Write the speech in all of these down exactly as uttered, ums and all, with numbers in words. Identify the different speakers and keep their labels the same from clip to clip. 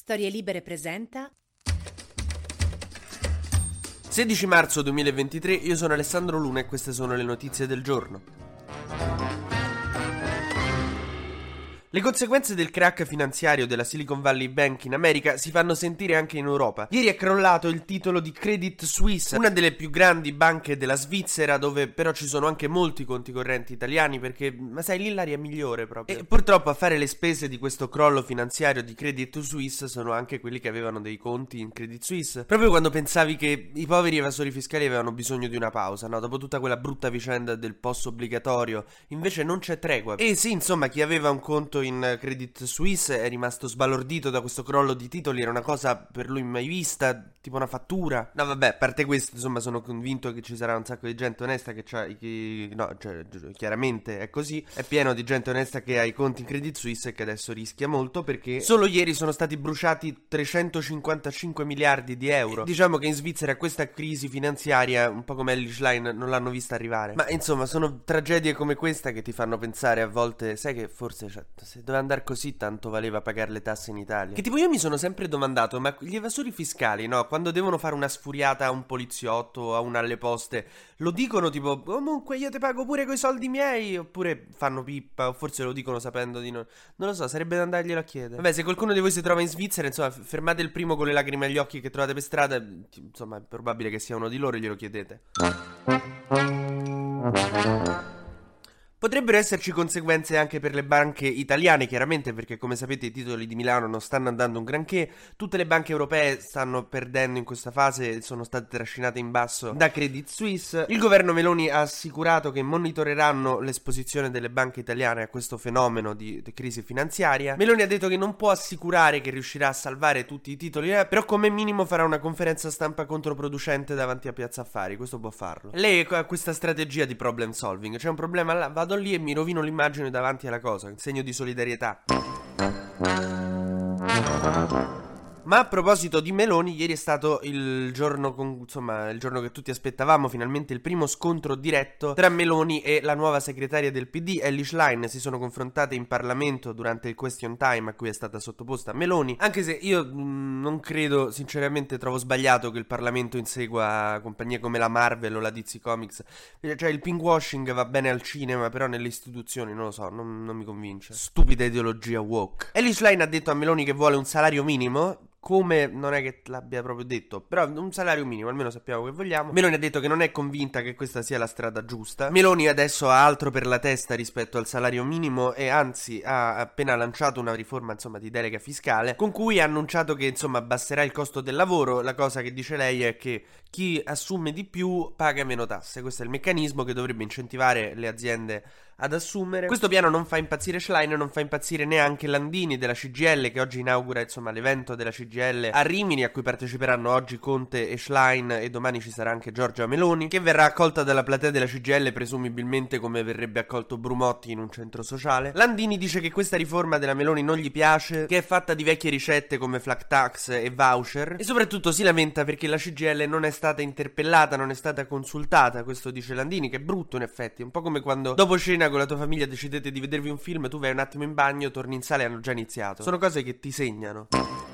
Speaker 1: Storie Libere presenta
Speaker 2: sedici marzo duemilaventitré, io sono Alessandro Luna e queste sono le notizie del giorno. Le conseguenze del crack finanziario della Silicon Valley Bank in America si fanno sentire anche in Europa. Ieri è crollato il titolo di Credit Suisse, una delle più grandi banche della Svizzera, dove però ci sono anche molti conti correnti italiani, perché, ma sai, lì l'aria è migliore proprio. E purtroppo a fare le spese di questo crollo finanziario di Credit Suisse sono anche quelli che avevano dei conti in Credit Suisse. Proprio quando pensavi che i poveri evasori fiscali avevano bisogno di una pausa, no? Dopo tutta quella brutta vicenda del post obbligatorio, invece non c'è tregua. E sì, insomma, chi aveva un conto in Credit Suisse è rimasto sbalordito da questo crollo di titoli, era una cosa per lui mai vista, tipo una fattura. No vabbè, a parte questo, insomma, sono convinto che ci sarà un sacco di gente onesta che c'ha chi... no, cioè, chiaramente è così, è pieno di gente onesta che ha i conti in Credit Suisse e che adesso rischia molto, perché solo ieri sono stati bruciati trecentocinquantacinque miliardi di euro. Diciamo che in Svizzera questa crisi finanziaria, un po' come Elish Line, non l'hanno vista arrivare. Ma insomma, sono tragedie come questa che ti fanno pensare a volte, sai che forse, cioè, se doveva andare così tanto valeva pagare le tasse in Italia. Che tipo io mi sono sempre domandato, ma gli evasori fiscali, no, quando devono fare una sfuriata a un poliziotto o a una alle poste, lo dicono tipo, comunque io te pago pure coi soldi miei, oppure fanno pippa, o forse lo dicono sapendo di non... non lo so, sarebbe da andarglielo a chiedere. Vabbè, se qualcuno di voi si trova in Svizzera, insomma, fermate il primo con le lacrime agli occhi che trovate per strada, insomma, è probabile che sia uno di loro e glielo chiedete. Potrebbero esserci conseguenze anche per le banche italiane, chiaramente, perché come sapete i titoli di Milano non stanno andando un granché, tutte le banche europee stanno perdendo in questa fase, sono state trascinate in basso da Credit Suisse. Il governo Meloni ha assicurato che monitoreranno l'esposizione delle banche italiane a questo fenomeno di, di crisi finanziaria. Meloni ha detto che non può assicurare che riuscirà a salvare tutti i titoli, eh, però come minimo farà una conferenza stampa controproducente davanti a Piazza Affari, questo può farlo. Lei ha questa strategia di problem solving, c'è un problema là, vado lì e mi rovino l'immagine davanti alla cosa, in segno di solidarietà. Ma a proposito di Meloni, ieri è stato il giorno con, insomma, il giorno che tutti aspettavamo, finalmente il primo scontro diretto tra Meloni e la nuova segretaria del P D, Elish Line. Si sono confrontate in Parlamento durante il question time a cui è stata sottoposta Meloni, anche se io mh, non credo, sinceramente trovo sbagliato che il Parlamento insegua compagnie come la Marvel o la D C Comics, cioè il pinkwashing va bene al cinema, però nelle istituzioni non lo so, non, non mi convince. Stupida ideologia woke. Elish Line ha detto a Meloni che vuole un salario minimo, come non è che l'abbia proprio detto, però un salario minimo, almeno sappiamo che vogliamo. Meloni ha detto che non è convinta che questa sia la strada giusta. Meloni adesso ha altro per la testa rispetto al salario minimo e anzi ha appena lanciato una riforma, insomma, di delega fiscale, con cui ha annunciato che, insomma, abbasserà il costo del lavoro. La cosa che dice lei è che chi assume di più paga meno tasse. Questo è il meccanismo che dovrebbe incentivare le aziende ad assumere. Questo piano non fa impazzire Schlein, non fa impazzire neanche Landini della C G I L, che oggi inaugura, insomma, l'evento della C G I L a Rimini, a cui parteciperanno oggi Conte e Schlein, e domani ci sarà anche Giorgia Meloni, che verrà accolta dalla platea della C G I L presumibilmente come verrebbe accolto Brumotti in un centro sociale. Landini dice che questa riforma della Meloni non gli piace, che è fatta di vecchie ricette come flat tax e voucher, e soprattutto si lamenta perché la C G I L non è stata interpellata, non è stata consultata. Questo dice Landini, che è brutto in effetti, un po' come quando dopo cena con la tua famiglia decidete di vedervi un film, tu vai un attimo in bagno, torni in sala e hanno già iniziato. Sono cose che ti segnano.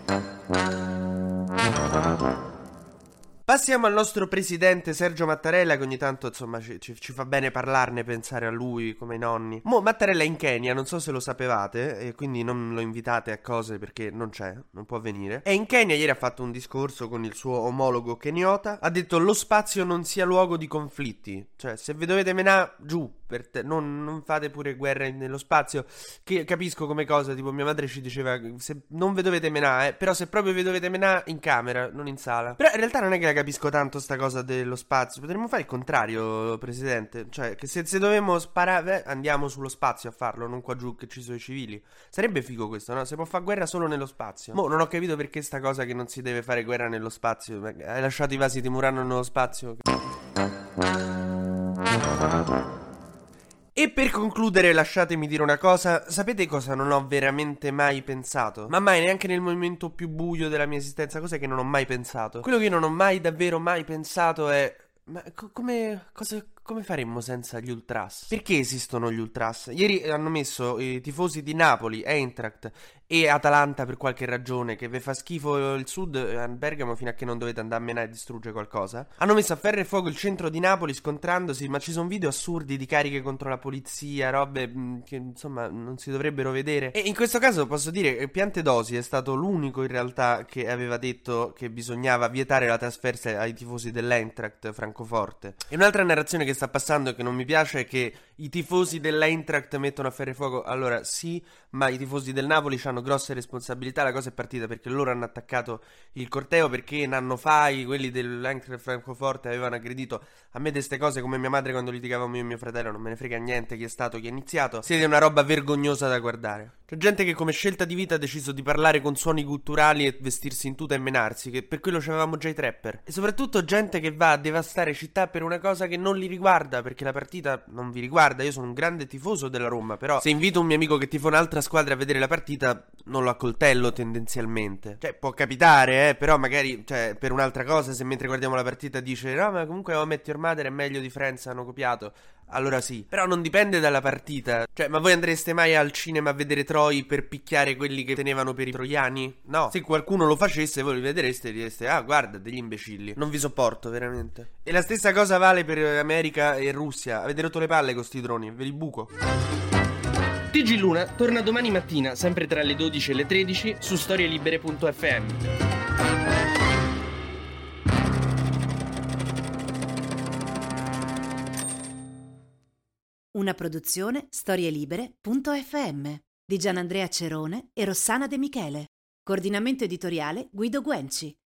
Speaker 2: Passiamo al nostro presidente Sergio Mattarella, che ogni tanto, insomma, ci, ci, ci fa bene parlarne, pensare a lui come ai nonni. Mo Mattarella è in Kenya, non so se lo sapevate, e quindi non lo invitate a cose perché non c'è, non può venire. È in Kenya, ieri ha fatto un discorso con il suo omologo keniota, ha detto lo spazio non sia luogo di conflitti, cioè se vi dovete menare giù, per te, non, non fate pure guerre nello spazio, che capisco come cosa, tipo mia madre ci diceva se non vi dovete menare, eh, però se proprio vi dovete menare in camera, non in sala. Però in realtà non è che la capisco tanto sta cosa dello spazio, potremmo fare il contrario, presidente, cioè che se, se dovevamo sparare, eh, andiamo sullo spazio a farlo, non qua giù che ci sono i civili. Sarebbe figo questo, no? Se può fare guerra solo nello spazio. Mo' non ho capito perché sta cosa che non si deve fare guerra nello spazio. Hai lasciato i vasi di Murano nello spazio? E per concludere lasciatemi dire una cosa, sapete cosa non ho veramente mai pensato? Ma mai, neanche nel momento più buio della mia esistenza, cos'è che non ho mai pensato? Quello che io non ho mai davvero mai pensato è... Ma co- come... Cosa, come faremmo senza gli ultras? Perché esistono gli ultras? Ieri hanno messo i tifosi di Napoli, Eintracht e Atalanta per qualche ragione, che vi fa schifo il sud, a Bergamo fino a che non dovete andare a menare e distruggere qualcosa. Hanno messo a ferro e fuoco il centro di Napoli scontrandosi, ma ci sono video assurdi di cariche contro la polizia, robe mh, che insomma non si dovrebbero vedere. E in questo caso posso dire che Piantedosi è stato l'unico in realtà che aveva detto che bisognava vietare la trasferta ai tifosi dell'Eintracht Francoforte. E un'altra narrazione che sta passando e che non mi piace è che i tifosi dell'Eintracht mettono a ferro e fuoco. Allora sì, ma i tifosi del Napoli hanno grosse responsabilità. La cosa è partita perché loro hanno attaccato il corteo, perché un anno fa i- quelli dell'Eintracht Francoforte avevano aggredito. A me di queste cose, come mia madre quando litigavamo io e mio fratello, non me ne frega niente chi è stato, chi ha iniziato. Siete una roba vergognosa da guardare. C'è gente che come scelta di vita ha deciso di parlare con suoni gutturali e vestirsi in tuta e menarsi, che per quello c'avevamo già i trapper. E soprattutto gente che va a devastare città per una cosa che non li riguarda, perché la partita non vi riguarda. Io sono un grande tifoso della Roma, però se invito un mio amico che tifa un'altra squadra a vedere la partita, non lo accoltello tendenzialmente. Cioè, può capitare, eh, però magari, cioè, per un'altra cosa, se mentre guardiamo la partita dice no, ma comunque How I Met Your Mother è meglio di Friends, hanno copiato. Allora sì, però non dipende dalla partita. Cioè, ma voi andreste mai al cinema a vedere Troy per picchiare quelli che tenevano per i troiani? No. Se qualcuno lo facesse, voi li vedreste e direste ah, guarda, degli imbecilli. Non vi sopporto, veramente. E la stessa cosa vale per America e Russia. Avete rotto le palle con sti droni, ve li buco. T G Luna torna domani mattina, sempre tra le dodici e le tredici, su storielibere punto effe emme.
Speaker 1: Una produzione storielibere punto effe emme di Gianandrea Cerone e Rossana De Michele. Coordinamento editoriale Guido Guenci.